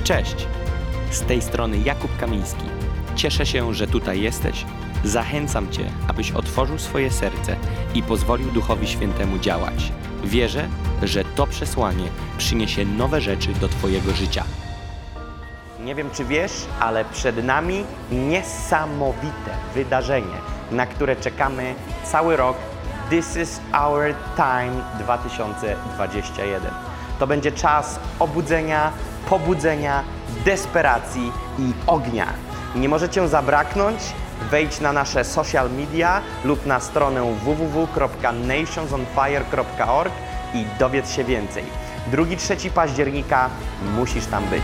Cześć, z tej strony Jakub Kamiński. Cieszę się, że tutaj jesteś. Zachęcam Cię, abyś otworzył swoje serce i pozwolił Duchowi Świętemu działać. Wierzę, że to przesłanie przyniesie nowe rzeczy do Twojego życia. Nie wiem, czy wiesz, ale przed nami niesamowite wydarzenie, na które czekamy cały rok. This is our time 2021. To będzie czas obudzenia, pobudzenia, desperacji i ognia. Nie może Cię zabraknąć. Wejdź na nasze social media lub na stronę www.nationsonfire.org i dowiedz się więcej. 2-3 października musisz tam być.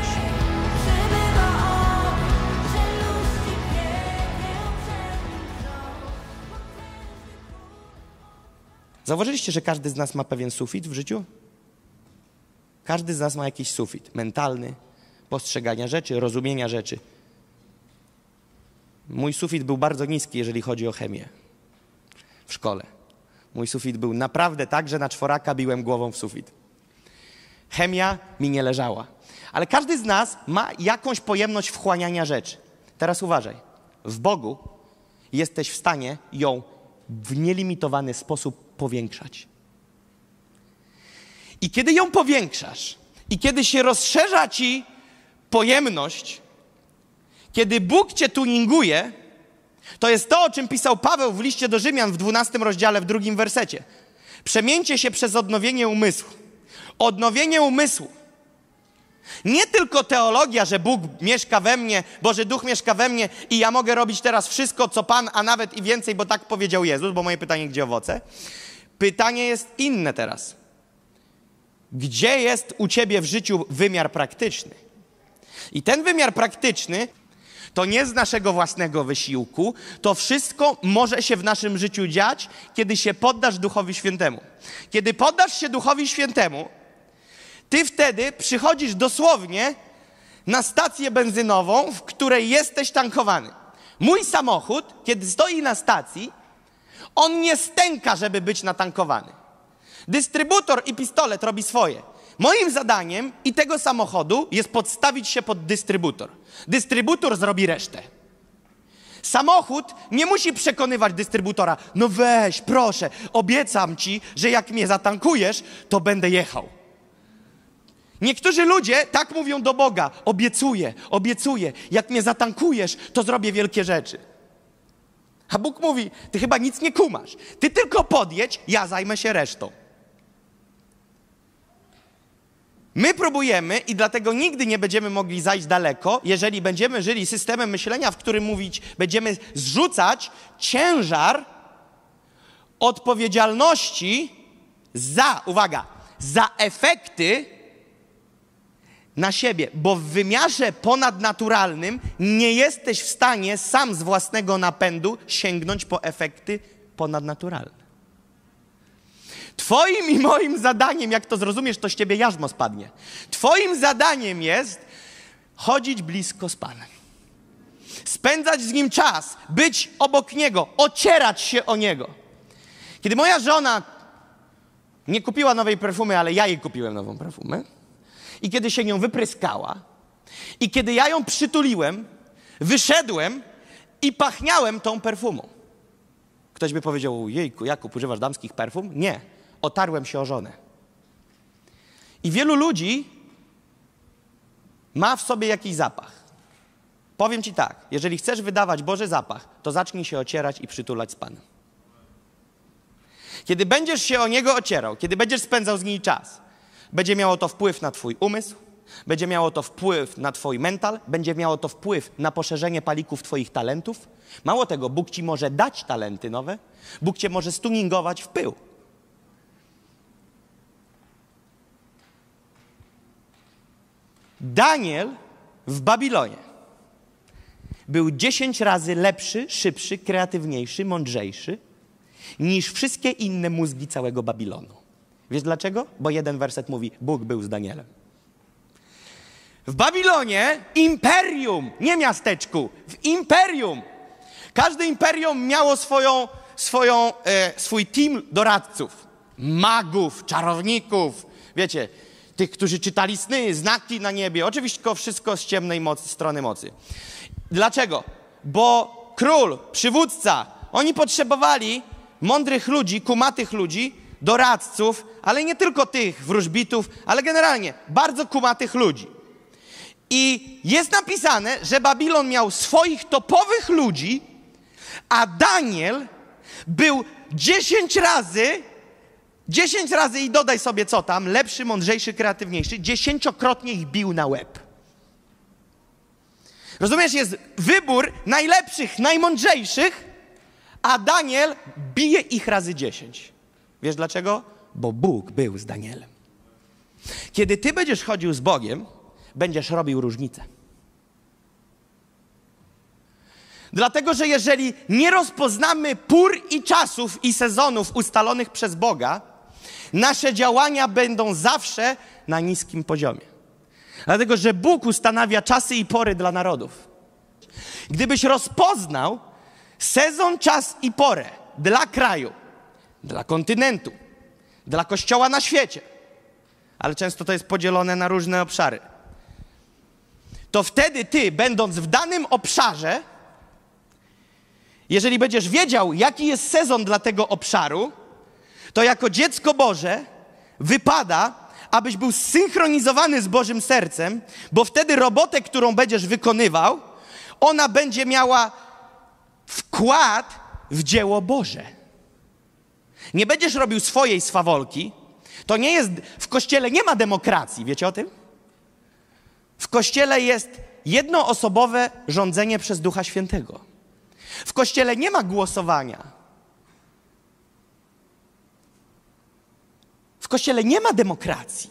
Zauważyliście, że każdy z nas ma pewien sufit w życiu? Każdy z nas ma jakiś sufit mentalny, postrzegania rzeczy, rozumienia rzeczy. Mój sufit był bardzo niski, jeżeli chodzi o chemię w szkole. Mój sufit był naprawdę tak, że na czworaka biłem głową w sufit. Chemia mi nie leżała. Ale każdy z nas ma jakąś pojemność wchłaniania rzeczy. Teraz uważaj. W Bogu jesteś w stanie ją w nielimitowany sposób powiększać. I kiedy ją powiększasz, i kiedy się rozszerza ci pojemność, kiedy Bóg cię tuninguje, to jest to, o czym pisał Paweł w liście do Rzymian w 12 rozdziale, w 2 wersecie. Przemieńcie się przez odnowienie umysłu. Odnowienie umysłu. Nie tylko teologia, że Bóg mieszka we mnie, Boży Duch mieszka we mnie i ja mogę robić teraz wszystko, co Pan, a nawet i więcej, bo tak powiedział Jezus, bo moje pytanie, gdzie owoce? Pytanie jest inne teraz. Gdzie jest u ciebie w życiu wymiar praktyczny? I ten wymiar praktyczny to nie z naszego własnego wysiłku, to wszystko może się w naszym życiu dziać, kiedy się poddasz Duchowi Świętemu. Kiedy poddasz się Duchowi Świętemu, ty wtedy przychodzisz dosłownie na stację benzynową, w której jesteś tankowany. Mój samochód, kiedy stoi na stacji, on nie stęka, żeby być natankowany. Dystrybutor i pistolet robi swoje. Moim zadaniem i tego samochodu jest podstawić się pod dystrybutor. Dystrybutor zrobi resztę. Samochód nie musi przekonywać dystrybutora, no weź, proszę, obiecam ci, że jak mnie zatankujesz, to będę jechał. Niektórzy ludzie tak mówią do Boga, obiecuję, jak mnie zatankujesz, to zrobię wielkie rzeczy. A Bóg mówi, ty chyba nic nie kumasz, ty tylko podjedź, ja zajmę się resztą. My próbujemy i dlatego nigdy nie będziemy mogli zajść daleko, jeżeli będziemy żyli systemem myślenia, w którym mówić, będziemy zrzucać ciężar odpowiedzialności za efekty na siebie, bo w wymiarze ponadnaturalnym nie jesteś w stanie sam z własnego napędu sięgnąć po efekty ponadnaturalne. Twoim i moim zadaniem, jak to zrozumiesz, to z ciebie jarzmo spadnie. Twoim zadaniem jest chodzić blisko z Panem. Spędzać z Nim czas, być obok Niego, ocierać się o Niego. Kiedy moja żona nie kupiła nowej perfumy, ale ja jej kupiłem nową perfumę, i kiedy się nią wypryskała, i kiedy ja ją przytuliłem, wyszedłem i pachniałem tą perfumą. Ktoś by powiedział, jejku, Jakub, używasz damskich perfum? Nie, otarłem się o żonę. I wielu ludzi ma w sobie jakiś zapach. Powiem ci tak, jeżeli chcesz wydawać Boży zapach, to zacznij się ocierać i przytulać z Panem. Kiedy będziesz się o Niego ocierał, kiedy będziesz spędzał z Nim czas, będzie miało to wpływ na twój umysł, będzie miało to wpływ na twój mental, będzie miało to wpływ na poszerzenie palików twoich talentów. Mało tego, Bóg ci może dać talenty nowe, Bóg cię może stuningować w pył. Daniel w Babilonie był 10 razy lepszy, szybszy, kreatywniejszy, mądrzejszy niż wszystkie inne mózgi całego Babilonu. Wiesz dlaczego? Bo jeden werset mówi, Bóg był z Danielem. W Babilonie imperium, nie miasteczku, w imperium. Każde imperium miało swój team doradców, magów, czarowników. Wiecie, tych, którzy czytali sny, znaki na niebie. Oczywiście to wszystko z ciemnej strony mocy. Dlaczego? Bo król, przywódca, oni potrzebowali mądrych ludzi, kumatych ludzi, doradców, ale nie tylko tych wróżbitów, ale generalnie bardzo kumatych ludzi. I jest napisane, że Babilon miał swoich topowych ludzi, a Daniel był 10 razy i dodaj sobie co tam, lepszy, mądrzejszy, kreatywniejszy, 10-krotnie ich bił na łeb. Rozumiesz, jest wybór najlepszych, najmądrzejszych, a Daniel bije ich razy 10. Wiesz dlaczego? Bo Bóg był z Danielem. Kiedy ty będziesz chodził z Bogiem, będziesz robił różnicę. Dlatego, że jeżeli nie rozpoznamy pór i czasów i sezonów ustalonych przez Boga, nasze działania będą zawsze na niskim poziomie. Dlatego, że Bóg ustanawia czasy i pory dla narodów. Gdybyś rozpoznał sezon, czas i porę dla kraju, dla kontynentu, dla Kościoła na świecie, ale często to jest podzielone na różne obszary, to wtedy ty, będąc w danym obszarze, jeżeli będziesz wiedział, jaki jest sezon dla tego obszaru, to jako dziecko Boże wypada, abyś był zsynchronizowany z Bożym sercem, bo wtedy robotę, którą będziesz wykonywał, ona będzie miała wkład w dzieło Boże. Nie będziesz robił swojej swawolki. To nie jest, w Kościele nie ma demokracji, wiecie o tym? W Kościele jest jednoosobowe rządzenie przez Ducha Świętego. W Kościele nie ma głosowania. W Kościele nie ma demokracji.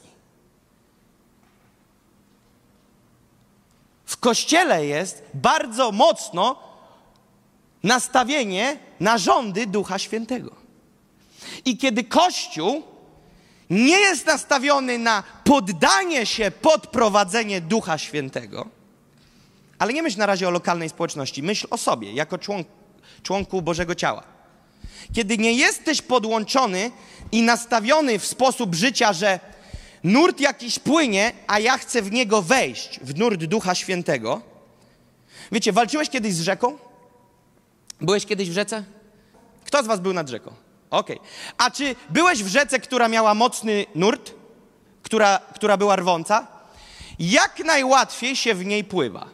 W Kościele jest bardzo mocno nastawienie na rządy Ducha Świętego. I kiedy Kościół nie jest nastawiony na poddanie się pod prowadzenie Ducha Świętego, ale nie myśl na razie o lokalnej społeczności, myśl o sobie, jako członku Bożego ciała. Kiedy nie jesteś podłączony i nastawiony w sposób życia, że nurt jakiś płynie, a ja chcę w niego wejść, w nurt Ducha Świętego. Wiecie, walczyłeś kiedyś z rzeką? Byłeś kiedyś w rzece? Kto z was był nad rzeką? Okej. A czy byłeś w rzece, która miała mocny nurt? Która była rwąca? Jak najłatwiej się w niej pływa?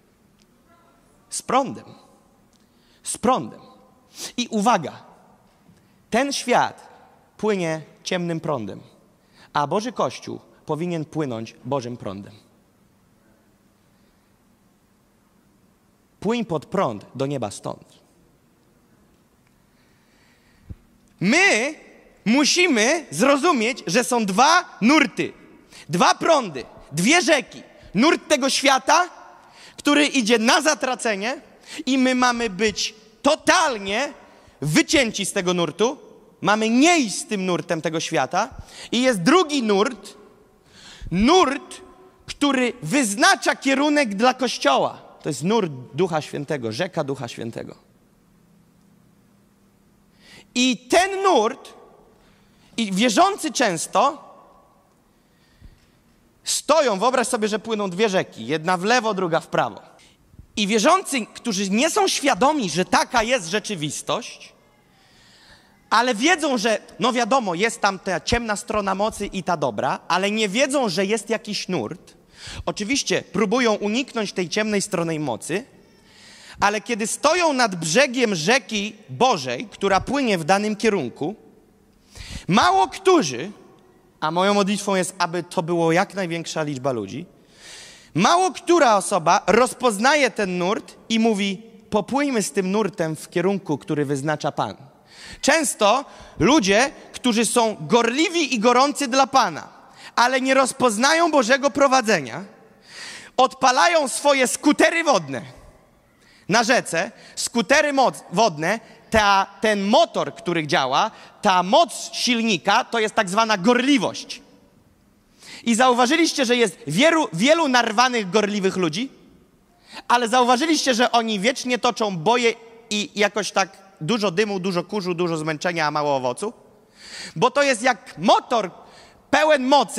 Z prądem. Z prądem. I uwaga, ten świat płynie ciemnym prądem, a Boży Kościół powinien płynąć Bożym prądem. Płyń pod prąd do nieba stąd. My musimy zrozumieć, że są dwa nurty, dwa prądy, dwie rzeki. Nurt tego świata, który idzie na zatracenie i my mamy być totalnie wycięci z tego nurtu. Mamy nie iść z tym nurtem tego świata. I jest drugi nurt, który wyznacza kierunek dla Kościoła. To jest nurt Ducha Świętego, rzeka Ducha Świętego. I ten nurt, i wierzący często stoją, wyobraź sobie, że płyną dwie rzeki, jedna w lewo, druga w prawo. I wierzący, którzy nie są świadomi, że taka jest rzeczywistość, ale wiedzą, że, no wiadomo, jest tam ta ciemna strona mocy i ta dobra, ale nie wiedzą, że jest jakiś nurt. Oczywiście próbują uniknąć tej ciemnej strony mocy, ale kiedy stoją nad brzegiem rzeki Bożej, która płynie w danym kierunku, mało którzy, a moją modlitwą jest, aby to było jak największa liczba ludzi, mało która osoba rozpoznaje ten nurt i mówi, popłyjmy z tym nurtem w kierunku, który wyznacza Pan. Często ludzie, którzy są gorliwi i gorący dla Pana, ale nie rozpoznają Bożego prowadzenia, odpalają swoje skutery wodne na rzece, skutery wodne, ten motor, który działa, ta moc silnika, to jest tak zwana gorliwość. I zauważyliście, że jest wielu narwanych, gorliwych ludzi? Ale zauważyliście, że oni wiecznie toczą boje i jakoś tak dużo dymu, dużo kurzu, dużo zmęczenia, a mało owocu? Bo to jest jak motor pełen mocy,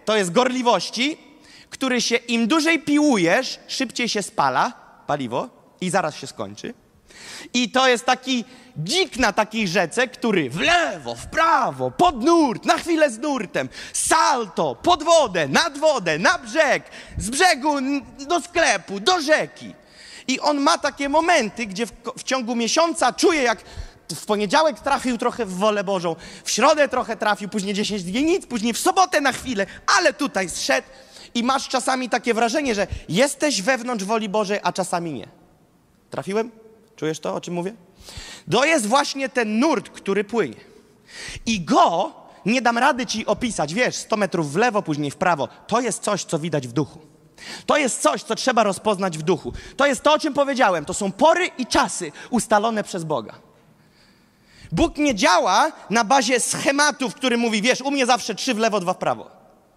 to jest gorliwości, który się im dłużej piłujesz, szybciej się spala paliwo i zaraz się skończy. I to jest taki dzik na takiej rzece, który w lewo, w prawo, pod nurt, na chwilę z nurtem, salto, pod wodę, nad wodę, na brzeg, z brzegu do sklepu, do rzeki. I on ma takie momenty, gdzie w ciągu miesiąca czuje, jak w poniedziałek trafił trochę w wolę Bożą, w środę trochę trafił, później 10 dni nic, później w sobotę na chwilę, ale tutaj zszedł i masz czasami takie wrażenie, że jesteś wewnątrz woli Bożej, a czasami nie. Trafiłem? Czujesz to, o czym mówię? To jest właśnie ten nurt, który płynie. I go nie dam rady ci opisać, wiesz, 100 metrów w lewo, później w prawo. To jest coś, co widać w duchu. To jest coś, co trzeba rozpoznać w duchu. To jest to, o czym powiedziałem. To są pory i czasy ustalone przez Boga. Bóg nie działa na bazie schematów, który mówi, wiesz, u mnie zawsze 3 w lewo, 2 w prawo.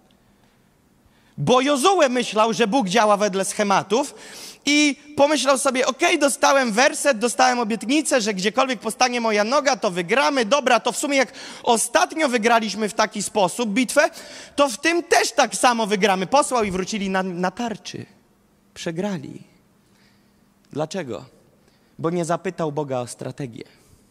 Bo Jozue myślał, że Bóg działa wedle schematów i pomyślał sobie, okej, dostałem werset, dostałem obietnicę, że gdziekolwiek postanie moja noga, to wygramy. Dobra, to w sumie jak ostatnio wygraliśmy w taki sposób bitwę, to w tym też tak samo wygramy. Posłał i wrócili na tarczy. Przegrali. Dlaczego? Bo nie zapytał Boga o strategię.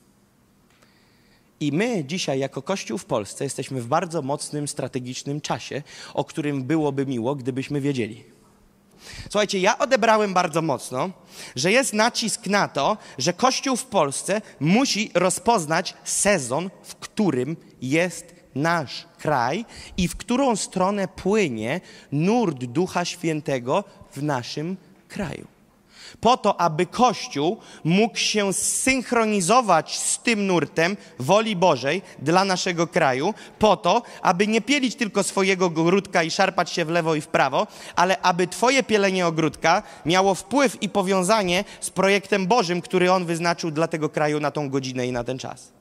I my dzisiaj jako Kościół w Polsce jesteśmy w bardzo mocnym, strategicznym czasie, o którym byłoby miło, gdybyśmy wiedzieli. Słuchajcie, ja odebrałem bardzo mocno, że jest nacisk na to, że Kościół w Polsce musi rozpoznać sezon, w którym jest nasz kraj i w którą stronę płynie nurt Ducha Świętego w naszym kraju. Po to, aby Kościół mógł się zsynchronizować z tym nurtem woli Bożej dla naszego kraju, po to, aby nie pielić tylko swojego ogródka i szarpać się w lewo i w prawo, ale aby twoje pielenie ogródka miało wpływ i powiązanie z projektem Bożym, który On wyznaczył dla tego kraju na tą godzinę i na ten czas.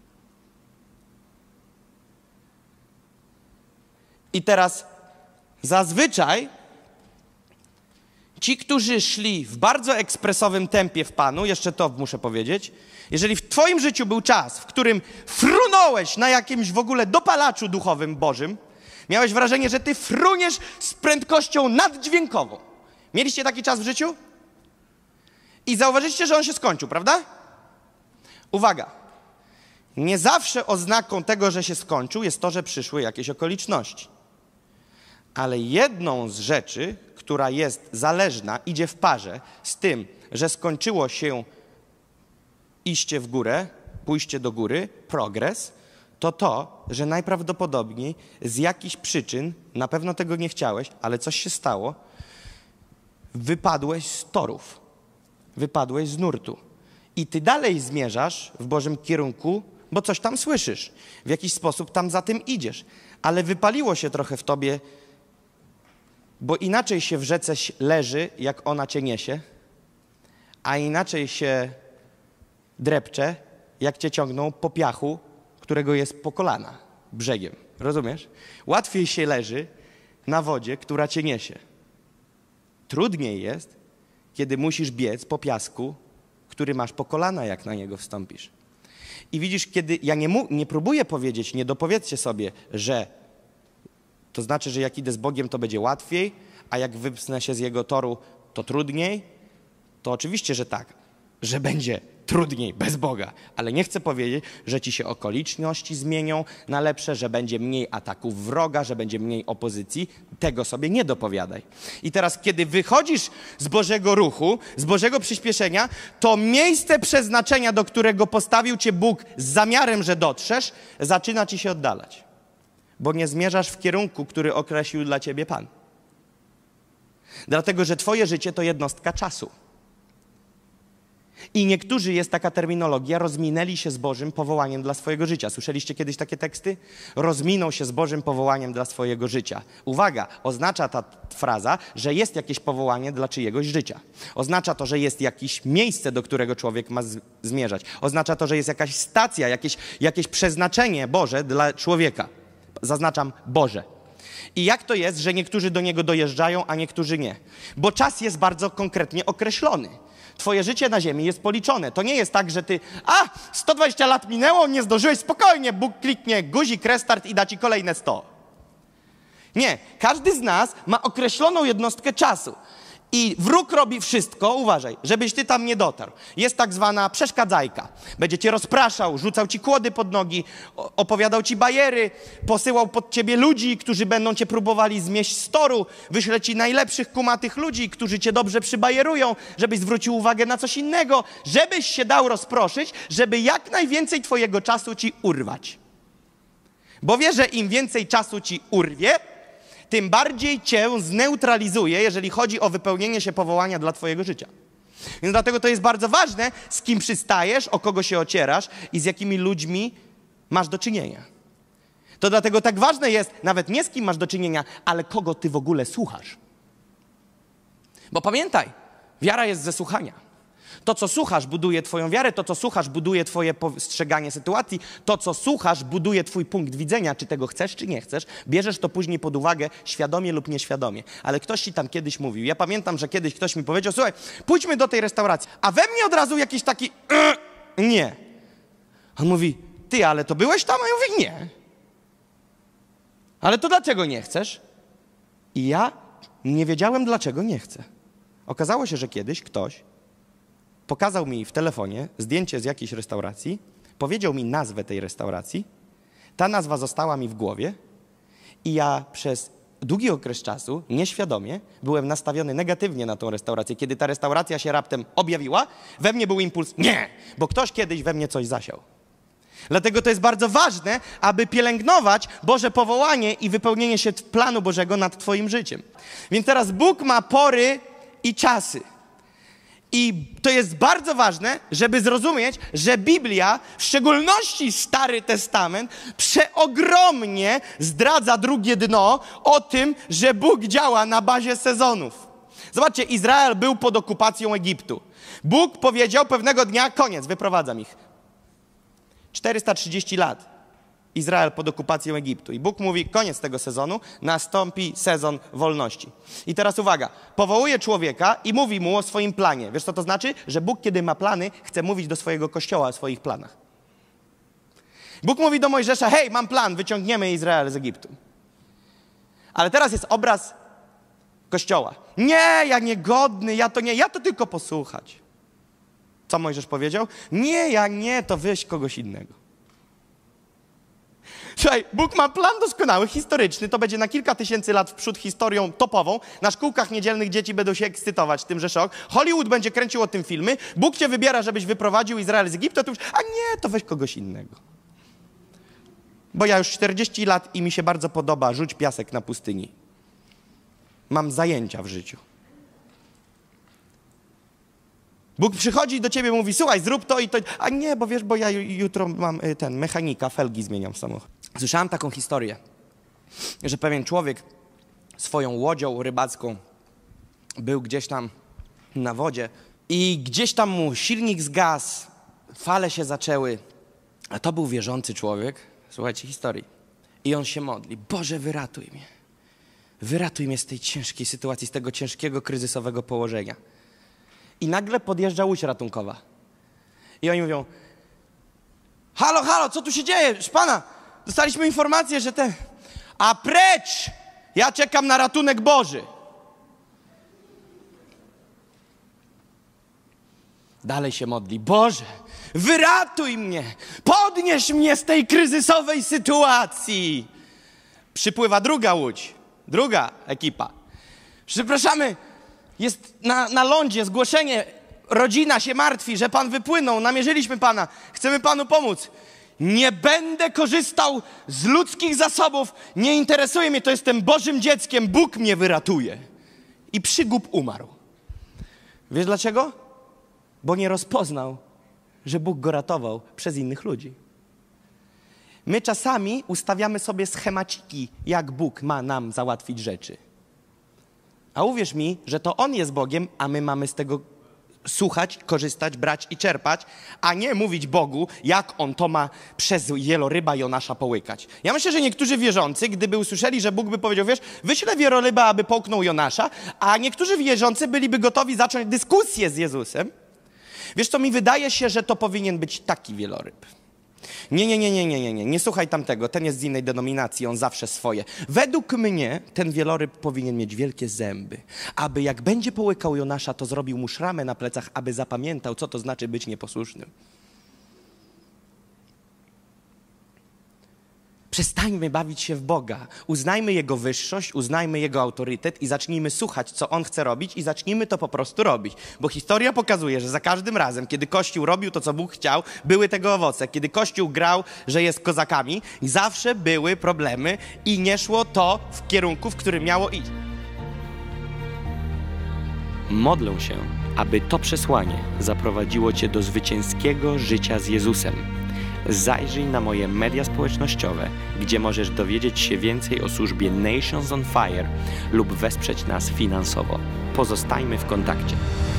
I teraz zazwyczaj ci, którzy szli w bardzo ekspresowym tempie w Panu, jeszcze to muszę powiedzieć, jeżeli w twoim życiu był czas, w którym frunąłeś na jakimś w ogóle dopalaczu duchowym Bożym, miałeś wrażenie, że ty fruniesz z prędkością naddźwiękową. Mieliście taki czas w życiu? I zauważyliście, że on się skończył, prawda? Uwaga. Nie zawsze oznaką tego, że się skończył, jest to, że przyszły jakieś okoliczności. Ale jedną z rzeczy, która jest zależna, idzie w parze z tym, że skończyło się iście w górę, pójście do góry, progres, to, że najprawdopodobniej z jakichś przyczyn, na pewno tego nie chciałeś, ale coś się stało, wypadłeś z torów, wypadłeś z nurtu. I ty dalej zmierzasz w Bożym kierunku, bo coś tam słyszysz, w jakiś sposób tam za tym idziesz, ale wypaliło się trochę w tobie, bo inaczej się w rzece leży, jak ona cię niesie, a inaczej się drepcze, jak cię ciągną po piachu, którego jest po kolana, brzegiem. Rozumiesz? Łatwiej się leży na wodzie, która cię niesie. Trudniej jest, kiedy musisz biec po piasku, który masz po kolana, jak na niego wstąpisz. I widzisz, kiedy ja nie próbuję powiedzieć, nie dopowiedzcie sobie, że to znaczy, że jak idę z Bogiem, to będzie łatwiej, a jak wypnę się z Jego toru, to trudniej. To oczywiście, że tak, że będzie trudniej bez Boga. Ale nie chcę powiedzieć, że ci się okoliczności zmienią na lepsze, że będzie mniej ataków wroga, że będzie mniej opozycji. Tego sobie nie dopowiadaj. I teraz, kiedy wychodzisz z Bożego ruchu, z Bożego przyspieszenia, to miejsce przeznaczenia, do którego postawił cię Bóg z zamiarem, że dotrzesz, zaczyna ci się oddalać. Bo nie zmierzasz w kierunku, który określił dla ciebie Pan. Dlatego, że twoje życie to jednostka czasu. I niektórzy, jest taka terminologia, rozminęli się z Bożym powołaniem dla swojego życia. Słyszeliście kiedyś takie teksty? Rozminął się z Bożym powołaniem dla swojego życia. Uwaga, oznacza ta fraza, że jest jakieś powołanie dla czyjegoś życia. Oznacza to, że jest jakieś miejsce, do którego człowiek ma zmierzać. Oznacza to, że jest jakaś stacja, jakieś przeznaczenie Boże dla człowieka. Zaznaczam Boże. I jak to jest, że niektórzy do niego dojeżdżają, a niektórzy nie? Bo czas jest bardzo konkretnie określony. Twoje życie na ziemi jest policzone. To nie jest tak, że ty, 120 lat minęło, nie zdążyłeś, spokojnie, Bóg kliknie guzik, restart i da ci kolejne 100. Nie, każdy z nas ma określoną jednostkę czasu. I wróg robi wszystko, uważaj, żebyś ty tam nie dotarł. Jest tak zwana przeszkadzajka. Będzie cię rozpraszał, rzucał ci kłody pod nogi, opowiadał ci bajery, posyłał pod ciebie ludzi, którzy będą cię próbowali zmieść z toru, wyśle ci najlepszych kumatych ludzi, którzy cię dobrze przybajerują, żebyś zwrócił uwagę na coś innego, żebyś się dał rozproszyć, żeby jak najwięcej twojego czasu ci urwać. Bo wie, że im więcej czasu ci urwie, tym bardziej cię zneutralizuje, jeżeli chodzi o wypełnienie się powołania dla twojego życia. Więc dlatego to jest bardzo ważne, z kim przystajesz, o kogo się ocierasz i z jakimi ludźmi masz do czynienia. To dlatego tak ważne jest nawet nie z kim masz do czynienia, ale kogo ty w ogóle słuchasz. Bo pamiętaj, wiara jest ze słuchania. To, co słuchasz, buduje twoją wiarę, to, co słuchasz, buduje twoje postrzeganie sytuacji, to, co słuchasz, buduje twój punkt widzenia, czy tego chcesz, czy nie chcesz. Bierzesz to później pod uwagę, świadomie lub nieświadomie. Ale ktoś ci tam kiedyś mówił. Ja pamiętam, że kiedyś ktoś mi powiedział, słuchaj, pójdźmy do tej restauracji. A we mnie od razu jakiś taki nie. On mówi, ty, ale to byłeś tam? A ja mówię, nie. Ale to dlaczego nie chcesz? I ja nie wiedziałem, dlaczego nie chcę. Okazało się, że kiedyś ktoś pokazał mi w telefonie zdjęcie z jakiejś restauracji, powiedział mi nazwę tej restauracji, ta nazwa została mi w głowie i ja przez długi okres czasu, nieświadomie, byłem nastawiony negatywnie na tą restaurację. Kiedy ta restauracja się raptem objawiła, we mnie był impuls nie, bo ktoś kiedyś we mnie coś zasiał. Dlatego to jest bardzo ważne, aby pielęgnować Boże powołanie i wypełnienie się planu Bożego nad twoim życiem. Więc teraz Bóg ma pory i czasy. I to jest bardzo ważne, żeby zrozumieć, że Biblia, w szczególności Stary Testament, przeogromnie zdradza drugie dno o tym, że Bóg działa na bazie sezonów. Zobaczcie, Izrael był pod okupacją Egiptu. Bóg powiedział pewnego dnia, koniec, wyprowadzam ich. 430 lat. Izrael pod okupacją Egiptu. I Bóg mówi, koniec tego sezonu, nastąpi sezon wolności. I teraz uwaga, powołuje człowieka i mówi mu o swoim planie. Wiesz, co to znaczy? Że Bóg, kiedy ma plany, chce mówić do swojego kościoła o swoich planach. Bóg mówi do Mojżesza, hej, mam plan, wyciągniemy Izrael z Egiptu. Ale teraz jest obraz kościoła. Nie, ja niegodny, ja to tylko posłuchać. Co Mojżesz powiedział? Nie, ja nie, to weź kogoś innego. Słuchaj, Bóg ma plan doskonały, historyczny, to będzie na kilka tysięcy lat w przód historią topową. Na szkółkach niedzielnych dzieci będą się ekscytować tym, że szok. Hollywood będzie kręcił o tym filmy. Bóg cię wybiera, żebyś wyprowadził Izrael z Egiptu, a ty już, a nie, to weź kogoś innego. Bo ja już 40 lat i mi się bardzo podoba, rzuć piasek na pustyni. Mam zajęcia w życiu. Bóg przychodzi do ciebie i mówi, słuchaj, zrób to i to. A nie, bo wiesz, bo ja jutro mam mechanika, felgi zmieniam w samochodzie. Słyszałem taką historię, że pewien człowiek swoją łodzią rybacką był gdzieś tam na wodzie i gdzieś tam mu silnik zgasł, fale się zaczęły, a to był wierzący człowiek. Słuchajcie historii. I on się modli, Boże, wyratuj mnie. Wyratuj mnie z tej ciężkiej sytuacji, z tego ciężkiego, kryzysowego położenia. I nagle podjeżdża łódź ratunkowa. I oni mówią, halo, halo, co tu się dzieje? Proszę pana, dostaliśmy informację, że a precz! Ja czekam na ratunek Boży. Dalej się modli, Boże, wyratuj mnie, podnieś mnie z tej kryzysowej sytuacji. Przypływa druga łódź, druga ekipa. Przepraszamy, jest na lądzie zgłoszenie, rodzina się martwi, że pan wypłynął, namierzyliśmy pana, chcemy panu pomóc. Nie będę korzystał z ludzkich zasobów, nie interesuje mnie, to jestem Bożym dzieckiem, Bóg mnie wyratuje. I przygłup umarł. Wiesz dlaczego? Bo nie rozpoznał, że Bóg go ratował przez innych ludzi. My czasami ustawiamy sobie schemaciki, jak Bóg ma nam załatwić rzeczy. A uwierz mi, że to On jest Bogiem, a my mamy z tego słuchać, korzystać, brać i czerpać, a nie mówić Bogu, jak On to ma przez wieloryba Jonasza połykać. Ja myślę, że niektórzy wierzący, gdyby usłyszeli, że Bóg by powiedział, wiesz, wyślę wieloryba, aby połknął Jonasza, a niektórzy wierzący byliby gotowi zacząć dyskusję z Jezusem. Wiesz co, mi wydaje się, że to powinien być taki wieloryb. Nie słuchaj tamtego, ten jest z innej denominacji, on zawsze swoje. Według mnie ten wieloryb powinien mieć wielkie zęby, aby jak będzie połykał Jonasza, to zrobił mu szramę na plecach, aby zapamiętał, co to znaczy być nieposłusznym. Przestańmy bawić się w Boga. Uznajmy Jego wyższość, uznajmy Jego autorytet i zacznijmy słuchać, co On chce robić i zacznijmy to po prostu robić. Bo historia pokazuje, że za każdym razem, kiedy Kościół robił to, co Bóg chciał, były tego owoce. Kiedy Kościół grał, że jest kozakami, zawsze były problemy i nie szło to w kierunku, w którym miało iść. Modlę się, aby to przesłanie zaprowadziło Cię do zwycięskiego życia z Jezusem. Zajrzyj na moje media społecznościowe, gdzie możesz dowiedzieć się więcej o służbie Nations on Fire lub wesprzeć nas finansowo. Pozostajmy w kontakcie.